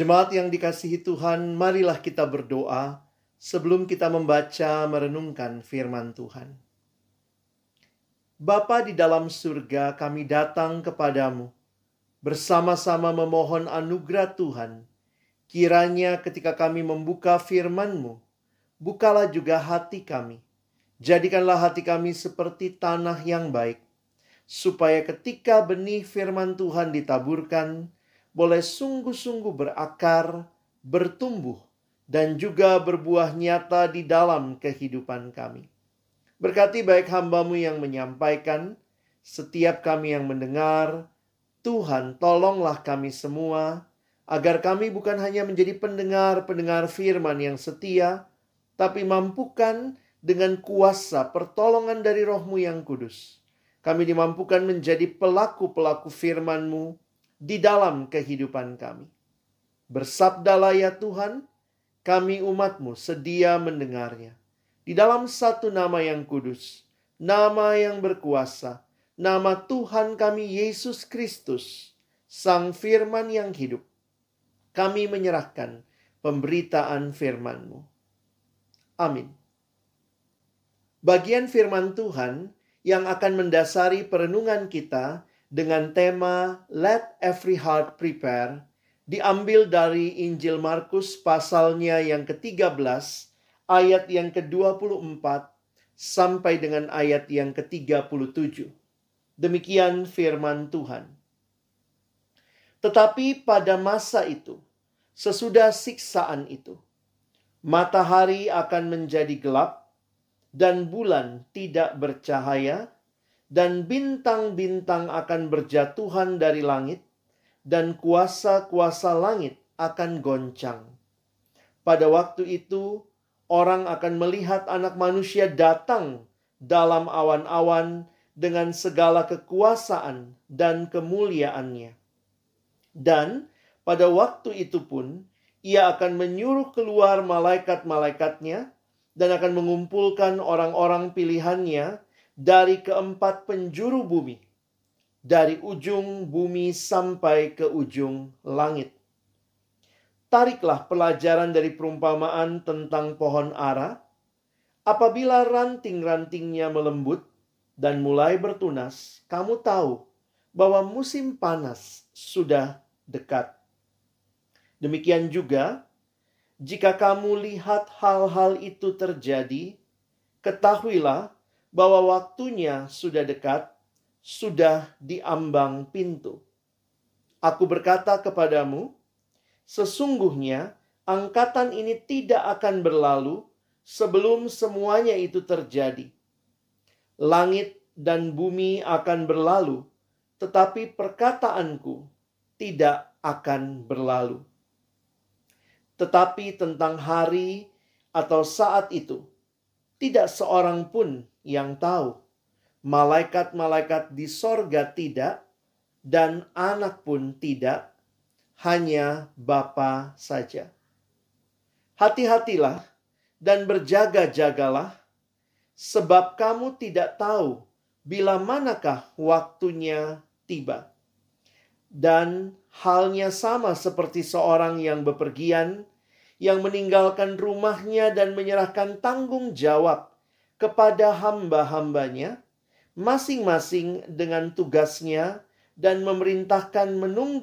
Jemaat yang dikasihi Tuhan, marilah kita berdoa sebelum kita membaca merenungkan firman Tuhan. Bapa di dalam surga, kami datang kepadamu, bersama-sama memohon anugerah Tuhan. Kiranya ketika kami membuka firman-Mu, bukalah juga hati kami. Jadikanlah hati kami seperti tanah yang baik, supaya ketika benih firman Tuhan ditaburkan, boleh sungguh-sungguh berakar, bertumbuh, dan juga berbuah nyata di dalam kehidupan kami. Berkati baik hamba-Mu yang menyampaikan, setiap kami yang mendengar. Tuhan, tolonglah kami semua, agar kami bukan hanya menjadi pendengar-pendengar firman yang setia, tapi mampukan dengan kuasa pertolongan dari Roh-Mu yang kudus. Kami dimampukan menjadi pelaku-pelaku firman-Mu di dalam kehidupan kami. Bersabdalah ya Tuhan, kami umat-Mu sedia mendengarnya. Di dalam satu nama yang kudus, nama yang berkuasa, nama Tuhan kami Yesus Kristus, Sang Firman yang hidup, kami menyerahkan pemberitaan firman-Mu. Amin. Bagian firman Tuhan yang akan mendasari perenungan kita dengan tema Let Every Heart Prepare diambil dari Injil Markus pasalnya yang ke-13 ayat yang ke-24 sampai dengan ayat yang ke-37. Demikian firman Tuhan. Tetapi pada masa itu, sesudah siksaan itu, matahari akan menjadi gelap dan bulan tidak bercahaya, dan bintang-bintang akan berjatuhan dari langit, dan kuasa-kuasa langit akan goncang. Pada waktu itu, orang akan melihat Anak Manusia datang dalam awan-awan dengan segala kekuasaan dan kemuliaannya. Dan pada waktu itu pun, Ia akan menyuruh keluar malaikat-malaikatnya dan akan mengumpulkan orang-orang pilihannya dari keempat penjuru bumi, dari ujung bumi sampai ke ujung langit. Tariklah pelajaran dari perumpamaan tentang pohon ara. Apabila ranting-rantingnya melembut dan mulai bertunas, kamu tahu bahwa musim panas sudah dekat. Demikian juga, jika kamu lihat hal-hal itu terjadi, ketahuilah bahwa waktunya sudah dekat, sudah diambang pintu. Aku berkata kepadamu, sesungguhnya angkatan ini tidak akan berlalu sebelum semuanya itu terjadi. Langit dan bumi akan berlalu, tetapi perkataanku tidak akan berlalu. Tetapi tentang hari atau saat itu, tidak seorang pun yang tahu. Malaikat-malaikat di sorga tidak, dan anak pun tidak, hanya Bapa saja. Hati-hatilah dan berjaga-jagalah, sebab kamu tidak tahu bila manakah waktunya tiba. Dan halnya sama seperti seorang yang bepergian, yang meninggalkan rumahnya dan menyerahkan tanggung jawab kepada hamba-hambanya, masing-masing dengan tugasnya, dan memerintahkan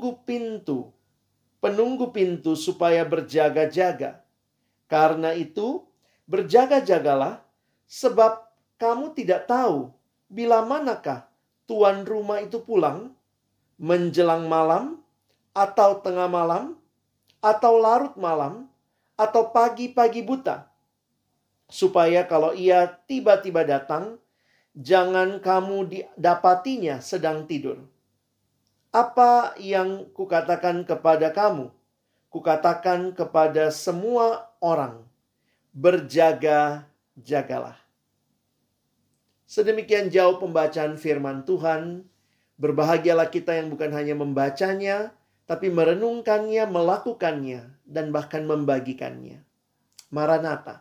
penunggu pintu supaya berjaga-jaga. Karena itu, berjaga-jagalah, sebab kamu tidak tahu bila manakah tuan rumah itu pulang, menjelang malam, atau tengah malam, atau larut malam, atau pagi-pagi buta, supaya kalau ia tiba-tiba datang, jangan kamu didapatinya sedang tidur. Apa yang kukatakan kepada kamu, kukatakan kepada semua orang, berjaga-jagalah. Sedemikian jauh pembacaan firman Tuhan. Berbahagialah kita yang bukan hanya membacanya, tapi merenungkannya, melakukannya, dan bahkan membagikannya. Maranatha.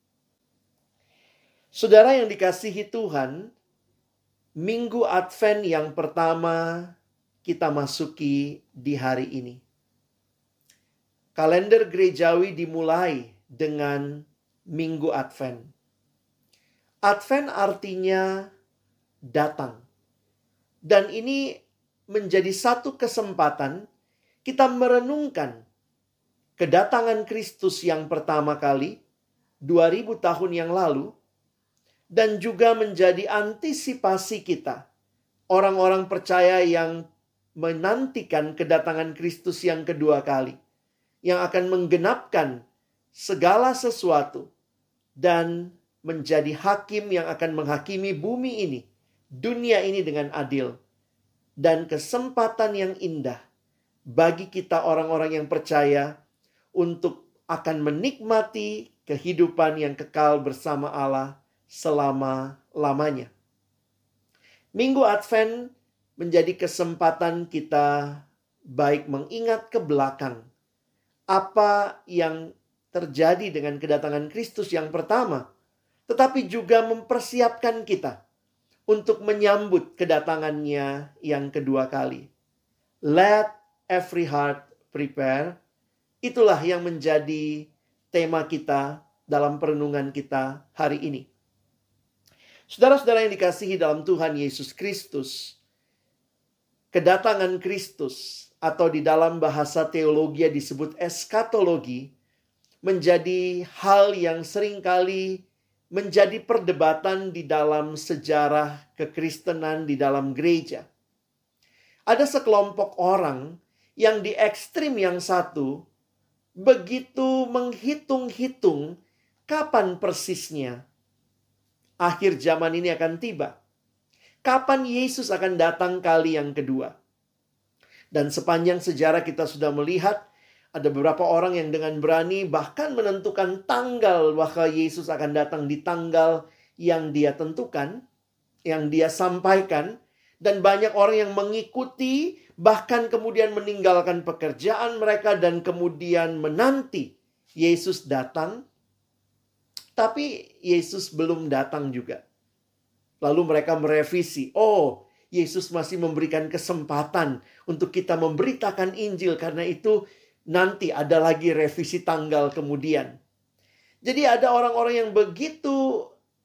Saudara yang dikasihi Tuhan, Minggu Advent yang pertama kita masuki di hari ini. kalender gerejawi dimulai dengan Minggu Advent. Advent artinya datang. Dan ini menjadi satu kesempatan kita merenungkan kedatangan Kristus yang pertama kali 2000 tahun yang lalu, dan juga menjadi antisipasi kita, orang-orang percaya yang menantikan kedatangan Kristus yang kedua kali, yang akan menggenapkan segala sesuatu dan menjadi hakim yang akan menghakimi bumi ini, dunia ini dengan adil. Dan kesempatan yang indah bagi kita orang-orang yang percaya untuk akan menikmati kehidupan yang kekal bersama Allah selama-lamanya. Minggu Advent menjadi kesempatan kita baik mengingat ke belakang apa yang terjadi dengan kedatangan Kristus yang pertama, tetapi juga mempersiapkan kita untuk menyambut kedatangannya yang kedua kali. Let every heart prepare. Itulah yang menjadi tema kita dalam perenungan kita hari ini. Saudara-saudara yang dikasihi dalam Tuhan Yesus Kristus, kedatangan Kristus atau di dalam bahasa teologi disebut eskatologi menjadi hal yang seringkali menjadi perdebatan di dalam sejarah kekristenan di dalam gereja. Ada sekelompok orang yang di ekstrim yang satu begitu menghitung-hitung kapan persisnya akhir zaman ini akan tiba. Kapan Yesus akan datang kali yang kedua. Dan sepanjang sejarah kita sudah melihat ada beberapa orang yang dengan berani bahkan menentukan tanggal bahwa Yesus akan datang di tanggal yang dia tentukan, yang dia sampaikan. Dan banyak orang yang mengikuti, bahkan kemudian meninggalkan pekerjaan mereka dan kemudian menanti Yesus datang. Tapi Yesus belum datang juga. Lalu mereka merevisi. Oh, Yesus masih memberikan kesempatan untuk kita memberitakan Injil. Karena itu nanti ada lagi revisi tanggal kemudian. Jadi ada orang-orang yang begitu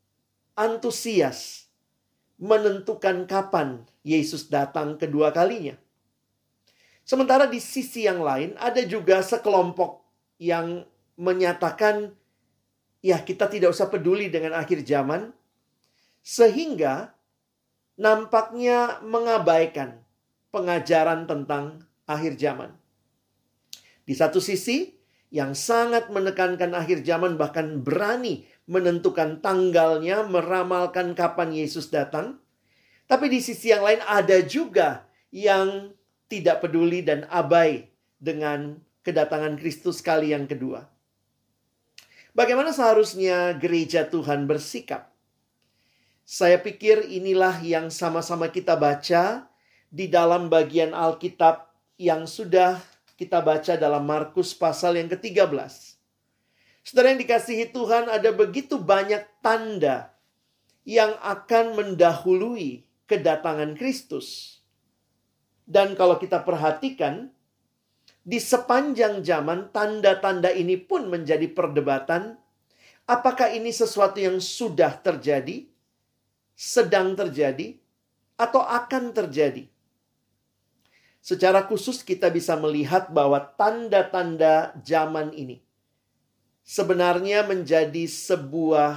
antusias menentukan kapan Yesus datang kedua kalinya. Sementara di sisi yang lain ada juga sekelompok yang menyatakan, ya kita tidak usah peduli dengan akhir zaman, sehingga nampaknya mengabaikan pengajaran tentang akhir zaman. Di satu sisi, yang sangat menekankan akhir zaman bahkan berani menentukan tanggalnya, meramalkan kapan Yesus datang. Tapi di sisi yang lain ada juga yang tidak peduli dan abai dengan kedatangan Kristus kali yang kedua. Bagaimana seharusnya gereja Tuhan bersikap? Saya pikir inilah yang sama-sama kita baca di dalam bagian Alkitab yang sudah kita baca dalam Markus pasal yang ke-13. Saudara yang dikasihi Tuhan, ada begitu banyak tanda yang akan mendahului kedatangan Kristus. Dan kalau kita perhatikan, di sepanjang zaman tanda-tanda ini pun menjadi perdebatan. Apakah ini sesuatu yang sudah terjadi, sedang terjadi, atau akan terjadi? Secara khusus kita bisa melihat bahwa tanda-tanda zaman ini sebenarnya menjadi sebuah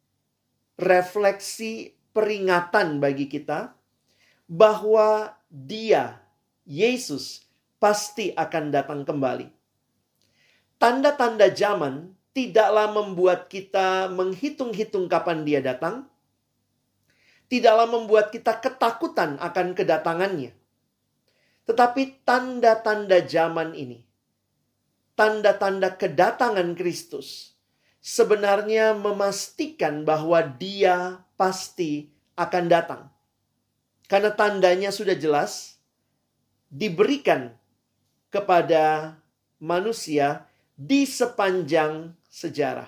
refleksi peringatan bagi kita bahwa Dia, Yesus, pasti akan datang kembali. Tanda-tanda zaman tidaklah membuat kita menghitung-hitung kapan Dia datang. Tidaklah membuat kita ketakutan akan kedatangannya. Tetapi tanda-tanda zaman ini, tanda-tanda kedatangan Kristus, sebenarnya memastikan bahwa Dia pasti akan datang. Karena tandanya sudah jelas diberikan kepada manusia di sepanjang sejarah.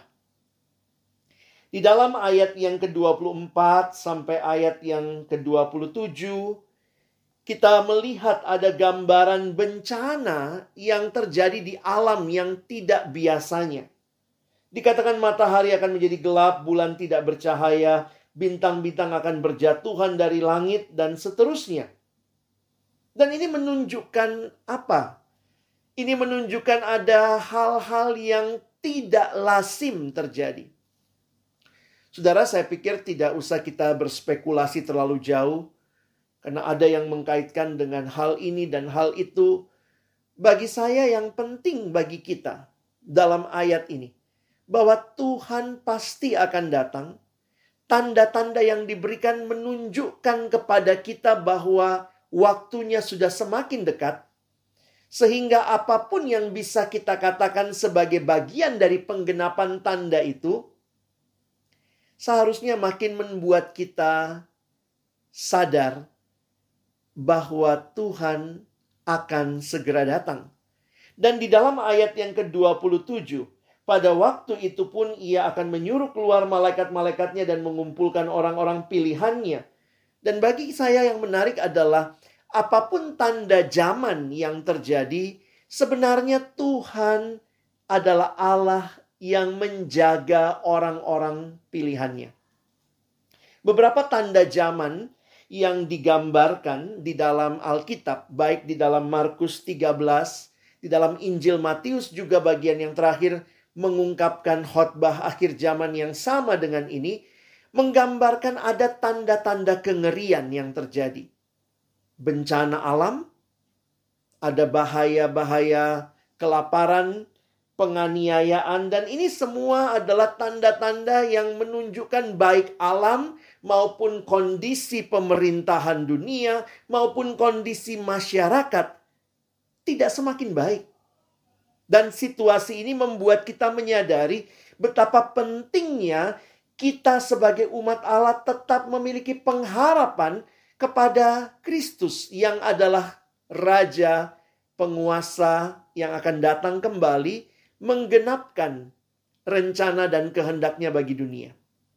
Di dalam ayat yang ke-24 sampai ayat yang ke-27, Kita melihat ada gambaran bencana yang terjadi di alam yang tidak biasanya. Dikatakan matahari akan menjadi gelap, bulan tidak bercahaya, bintang-bintang akan berjatuhan dari langit, dan seterusnya. Dan ini menunjukkan apa? Ini menunjukkan ada hal-hal yang tidak lazim terjadi. Saudara, saya pikir tidak usah kita berspekulasi terlalu jauh, karena ada yang mengkaitkan dengan hal ini dan hal itu. Bagi saya yang penting bagi kita dalam ayat ini, bahwa Tuhan pasti akan datang. Tanda-tanda yang diberikan menunjukkan kepada kita bahwa waktunya sudah semakin dekat. Sehingga apapun yang bisa kita katakan sebagai bagian dari penggenapan tanda itu, seharusnya makin membuat kita sadar bahwa Tuhan akan segera datang. Dan di dalam ayat yang ke-27, pada waktu itu pun ia akan menyuruh keluar malaikat-malaikatnya dan mengumpulkan orang-orang pilihannya. Dan bagi saya yang menarik adalah apapun tanda zaman yang terjadi, sebenarnya Tuhan adalah Allah yang menjaga orang-orang pilihannya. Beberapa tanda zaman yang digambarkan di dalam Alkitab, baik di dalam Markus 13, di dalam Injil Matius juga bagian yang terakhir mengungkapkan khotbah akhir zaman yang sama dengan ini, menggambarkan ada tanda-tanda kengerian yang terjadi. Bencana alam, ada bahaya-bahaya kelaparan, penganiayaan, dan ini semua adalah tanda-tanda yang menunjukkan baik alam maupun kondisi pemerintahan dunia maupun kondisi masyarakat tidak semakin baik. Dan situasi ini membuat kita menyadari betapa pentingnya kita sebagai umat Allah tetap memiliki pengharapan kepada Kristus yang adalah Raja, penguasa yang akan datang kembali menggenapkan rencana dan kehendaknya bagi dunia.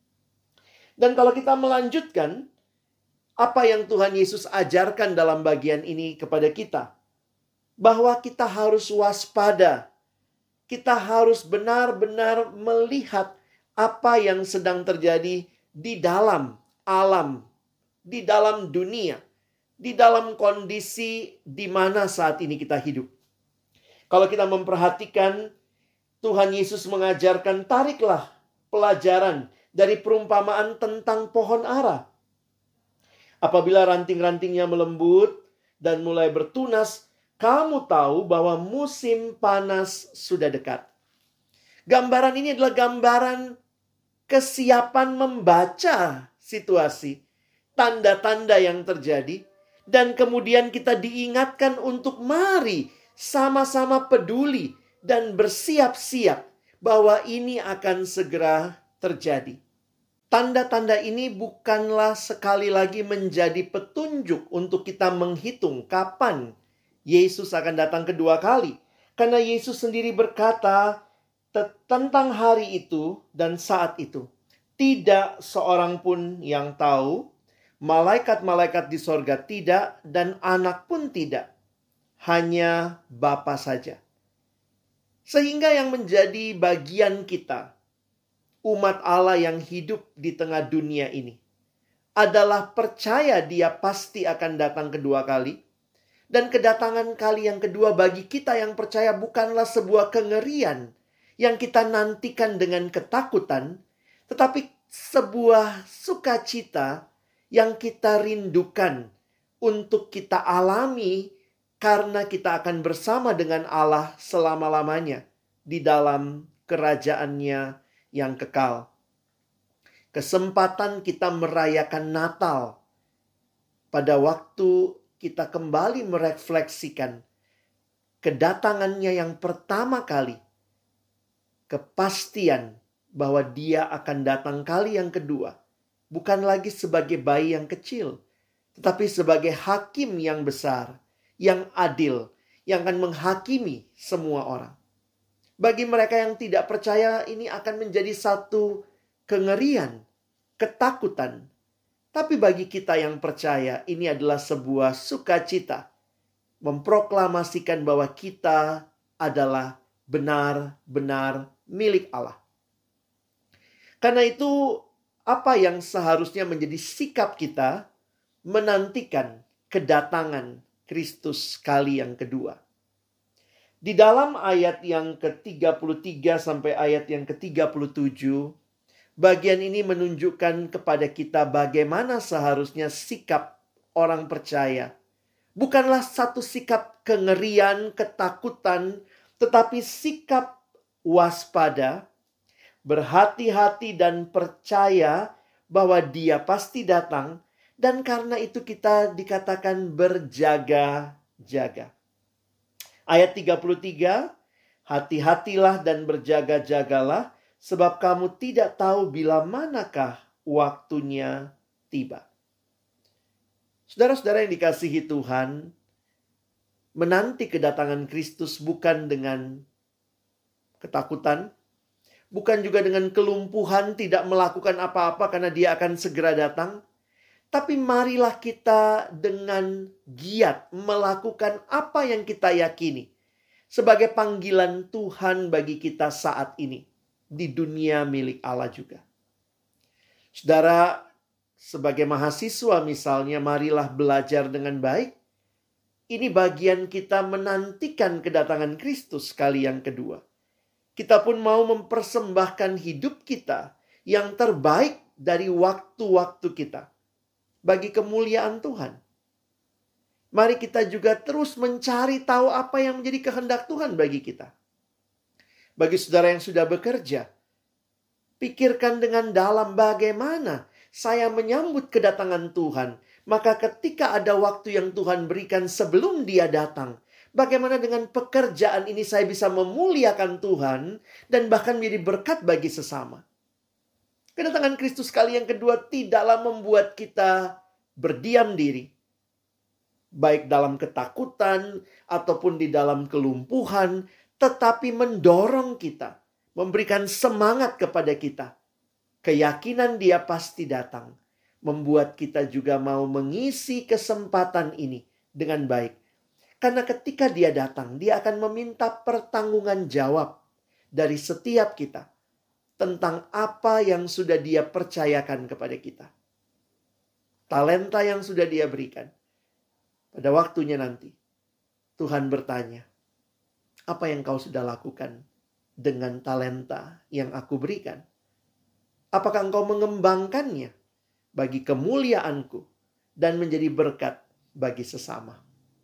Dan kalau kita melanjutkan apa yang Tuhan Yesus ajarkan dalam bagian ini kepada kita, bahwa kita harus waspada. Kita harus benar-benar melihat apa yang sedang terjadi di dalam alam, di dalam dunia, di dalam kondisi di mana saat ini kita hidup. Kalau kita memperhatikan, Tuhan Yesus mengajarkan, tariklah pelajaran dari perumpamaan tentang pohon ara. Apabila ranting-rantingnya melembut dan mulai bertunas, kamu tahu bahwa musim panas sudah dekat. Gambaran ini adalah gambaran kesiapan membaca situasi, tanda-tanda yang terjadi, dan kemudian kita diingatkan untuk mari sama-sama peduli dan bersiap-siap bahwa ini akan segera terjadi. Tanda-tanda ini bukanlah sekali lagi menjadi petunjuk untuk kita menghitung kapan Yesus akan datang kedua kali. Karena Yesus sendiri berkata tentang hari itu dan saat itu. Tidak seorang pun yang tahu, malaikat-malaikat di sorga tidak, dan anak pun tidak. Hanya Bapa saja. Sehingga yang menjadi bagian kita, umat Allah yang hidup di tengah dunia ini, adalah percaya Dia pasti akan datang kedua kali. Dan kedatangan kali yang kedua bagi kita yang percaya bukanlah sebuah kengerian yang kita nantikan dengan ketakutan, tetapi sebuah sukacita yang kita rindukan untuk kita alami karena kita akan bersama dengan Allah selama-lamanya di dalam kerajaannya yang kekal. Kesempatan kita merayakan Natal pada waktu kita kembali merefleksikan kedatangannya yang pertama kali, kepastian bahwa Dia akan datang kali yang kedua, bukan lagi sebagai bayi yang kecil, tetapi sebagai hakim yang besar, yang adil, yang akan menghakimi semua orang. Bagi mereka yang tidak percaya, ini akan menjadi satu kengerian, ketakutan. Tapi bagi kita yang percaya, ini adalah sebuah sukacita. Memproklamasikan bahwa kita adalah benar-benar milik Allah. Karena itu, apa yang seharusnya menjadi sikap kita menantikan kedatangan Kristus kali yang kedua. Di dalam ayat yang ke-33 sampai ayat yang ke-37, bagian ini menunjukkan kepada kita bagaimana seharusnya sikap orang percaya. Bukanlah satu sikap kengerian, ketakutan, tetapi sikap waspada, berhati-hati dan percaya bahwa Dia pasti datang, dan karena itu kita dikatakan berjaga-jaga. Ayat 33, hati-hatilah dan berjaga-jagalah, sebab kamu tidak tahu bila manakah waktunya tiba. Saudara-saudara yang dikasihi Tuhan, menanti kedatangan Kristus bukan dengan ketakutan, bukan juga dengan kelumpuhan, tidak melakukan apa-apa karena Dia akan segera datang. Tapi marilah kita dengan giat melakukan apa yang kita yakini sebagai panggilan Tuhan bagi kita saat ini di dunia milik Allah juga. Saudara, sebagai mahasiswa misalnya, marilah belajar dengan baik. Ini bagian kita menantikan kedatangan Kristus kali yang kedua. Kita pun mau mempersembahkan hidup kita yang terbaik dari waktu-waktu kita bagi kemuliaan Tuhan. Mari kita juga terus mencari tahu apa yang menjadi kehendak Tuhan bagi kita. Bagi saudara yang sudah bekerja, pikirkan dengan dalam bagaimana saya menyambut kedatangan Tuhan. Maka ketika ada waktu yang Tuhan berikan sebelum Dia datang, bagaimana dengan pekerjaan ini saya bisa memuliakan Tuhan dan bahkan menjadi berkat bagi sesama. Kedatangan Kristus kali yang kedua tidaklah membuat kita berdiam diri, baik dalam ketakutan ataupun di dalam kelumpuhan, tetapi mendorong kita, memberikan semangat kepada kita. Keyakinan Dia pasti datang, membuat kita juga mau mengisi kesempatan ini dengan baik. Karena ketika Dia datang, Dia akan meminta pertanggungan jawab dari setiap kita tentang apa yang sudah Dia percayakan kepada kita. Talenta yang sudah Dia berikan. Pada waktunya nanti, Tuhan bertanya, apa yang kau sudah lakukan dengan talenta yang aku berikan? Apakah engkau mengembangkannya bagi kemuliaanku dan menjadi berkat bagi sesama?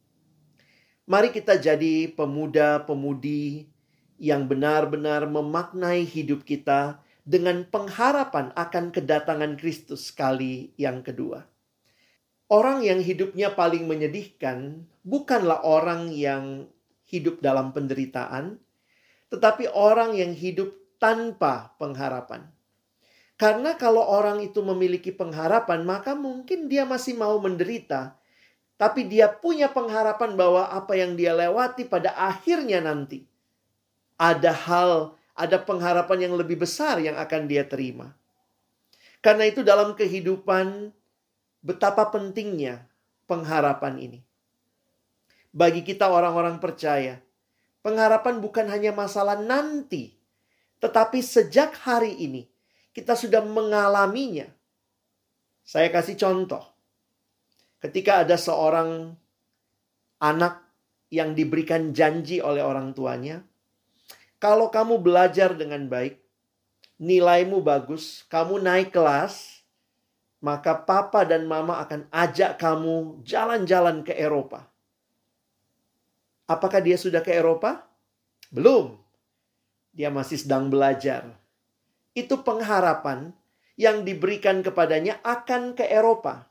Mari kita jadi pemuda-pemudi yang benar-benar memaknai hidup kita dengan pengharapan akan kedatangan Kristus kali yang kedua. Orang yang hidupnya paling menyedihkan bukanlah orang yang hidup dalam penderitaan, tetapi orang yang hidup tanpa pengharapan. Karena kalau orang itu memiliki pengharapan, maka mungkin dia masih mau menderita, tapi dia punya pengharapan bahwa apa yang dia lewati pada akhirnya nanti ada pengharapan yang lebih besar yang akan dia terima. Karena itu dalam kehidupan, betapa pentingnya pengharapan ini. Bagi kita orang-orang percaya, pengharapan bukan hanya masalah nanti, tetapi sejak hari ini, kita sudah mengalaminya. Saya kasih contoh. Ketika ada seorang anak yang diberikan janji oleh orang tuanya, kalau kamu belajar dengan baik, nilaimu bagus, kamu naik kelas, maka papa dan mama akan ajak kamu jalan-jalan ke Eropa. Apakah dia sudah ke Eropa? Belum. Dia masih sedang belajar. Itu pengharapan yang diberikan kepadanya akan ke Eropa.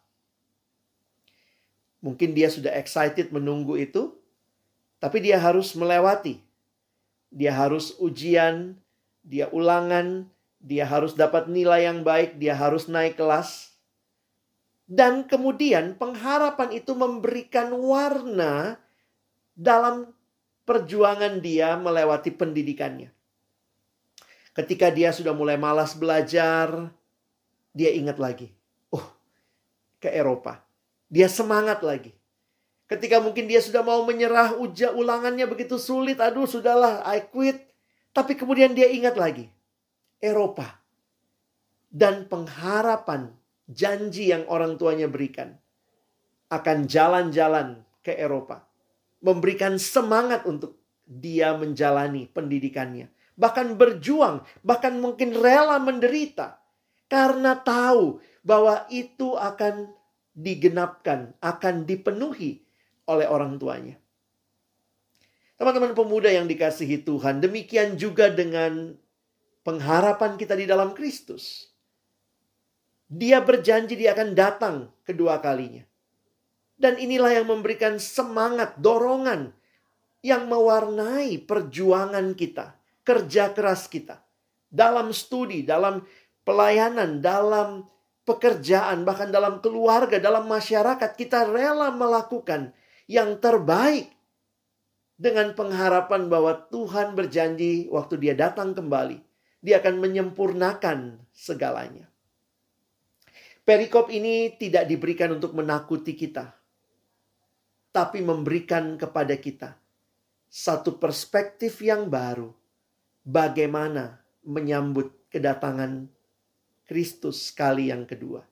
Mungkin dia sudah excited menunggu itu, tapi dia harus melewati. Dia harus ujian, dia ulangan, dia harus dapat nilai yang baik, dia harus naik kelas. Dan kemudian pengharapan itu memberikan warna dalam perjuangan dia melewati pendidikannya. Ketika dia sudah mulai malas belajar, dia ingat lagi. Oh, ke Eropa. Dia semangat lagi. Ketika mungkin dia sudah mau menyerah, ulangannya begitu sulit. Aduh, sudahlah, I quit. Tapi kemudian dia ingat lagi. Eropa. Dan pengharapan, janji yang orang tuanya berikan. Akan jalan-jalan ke Eropa. Memberikan semangat untuk dia menjalani pendidikannya. Bahkan berjuang, bahkan mungkin rela menderita. Karena tahu bahwa itu akan digenapkan, akan dipenuhi oleh orang tuanya. Teman-teman pemuda yang dikasihi Tuhan, demikian juga dengan pengharapan kita di dalam Kristus. Dia berjanji dia akan datang kedua kalinya. Dan inilah yang memberikan semangat, dorongan yang mewarnai perjuangan kita, kerja keras kita. Dalam studi, dalam pelayanan, dalam pekerjaan, bahkan dalam keluarga, dalam masyarakat, kita rela melakukan yang terbaik. Dengan pengharapan bahwa Tuhan berjanji waktu dia datang kembali, dia akan menyempurnakan segalanya. Perikop ini tidak diberikan untuk menakuti kita, tapi memberikan kepada kita satu perspektif yang baru. Bagaimana menyambut kedatangan Kristus kali yang kedua.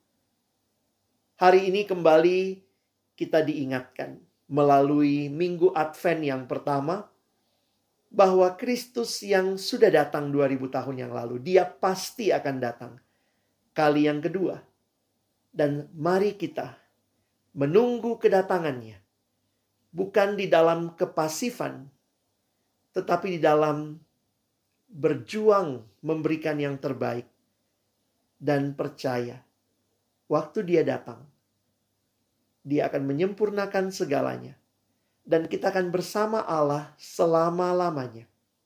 Hari ini kembali kita diingatkan melalui Minggu Advent yang pertama, bahwa Kristus yang sudah datang 2000 tahun yang lalu, dia pasti akan datang kali yang kedua. Dan mari kita menunggu kedatangannya, bukan di dalam kepasifan, tetapi di dalam berjuang memberikan yang terbaik. Dan percaya, waktu dia datang, dia akan menyempurnakan segalanya. Dan kita akan bersama Allah selama-lamanya.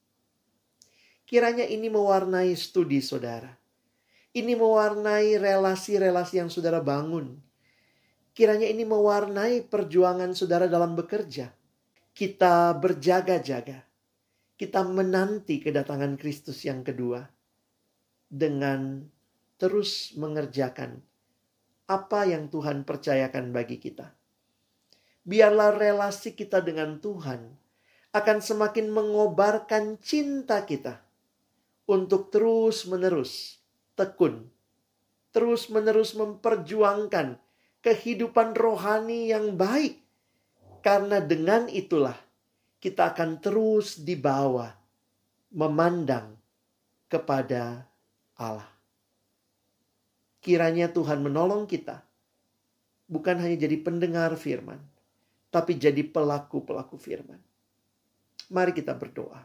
Kiranya ini mewarnai studi saudara. Ini mewarnai relasi-relasi yang saudara bangun. Kiranya ini mewarnai perjuangan saudara dalam bekerja. Kita berjaga-jaga. Kita menanti kedatangan Kristus yang kedua. Dengan terus mengerjakan apa yang Tuhan percayakan bagi kita. Biarlah relasi kita dengan Tuhan akan semakin mengobarkan cinta kita untuk terus-menerus tekun, terus-menerus memperjuangkan kehidupan rohani yang baik. Karena dengan itulah kita akan terus dibawa memandang kepada Allah. Kiranya Tuhan menolong kita, bukan hanya jadi pendengar firman, tapi jadi pelaku-pelaku firman. Mari kita berdoa.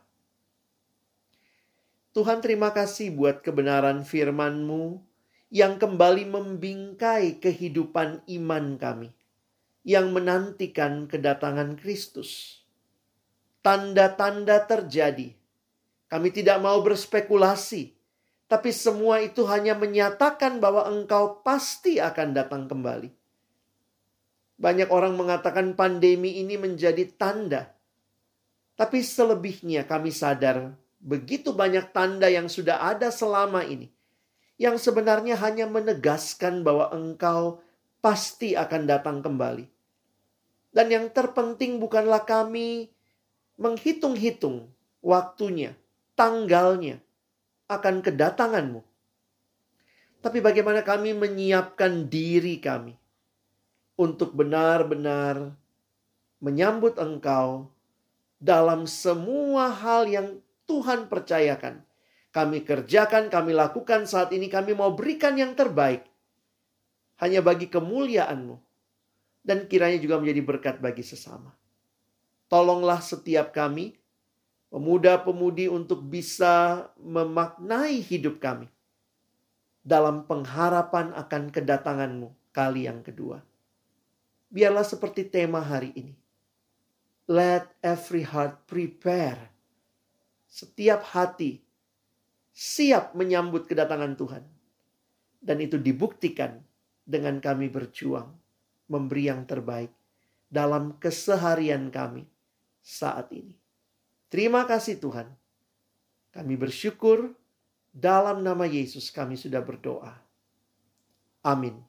Tuhan, terima kasih buat kebenaran firman-Mu yang kembali membingkai kehidupan iman kami, yang menantikan kedatangan Kristus. Tanda-tanda terjadi. Kami tidak mau berspekulasi, tapi semua itu hanya menyatakan bahwa Engkau pasti akan datang kembali. Banyak orang mengatakan pandemi ini menjadi tanda. Tapi selebihnya kami sadar begitu banyak tanda yang sudah ada selama ini. Yang sebenarnya hanya menegaskan bahwa Engkau pasti akan datang kembali. Dan yang terpenting bukanlah kami menghitung-hitung waktunya, tanggalnya, akan kedatangan-Mu. Tapi bagaimana kami menyiapkan diri kami untuk benar-benar menyambut Engkau dalam semua hal yang Tuhan percayakan. Kami kerjakan, kami lakukan saat ini, kami mau berikan yang terbaik. Hanya bagi kemuliaan-Mu. Dan kiranya juga menjadi berkat bagi sesama. Tolonglah setiap kami, pemuda-pemudi, untuk bisa memaknai hidup kami dalam pengharapan akan kedatangan-Mu kali yang kedua. Biarlah seperti tema hari ini. Let every heart prepare. Setiap hati siap menyambut kedatangan Tuhan. Dan itu dibuktikan dengan kami berjuang, memberi yang terbaik dalam keseharian kami saat ini. Terima kasih Tuhan. Kami bersyukur, dalam nama Yesus kami sudah berdoa. Amin.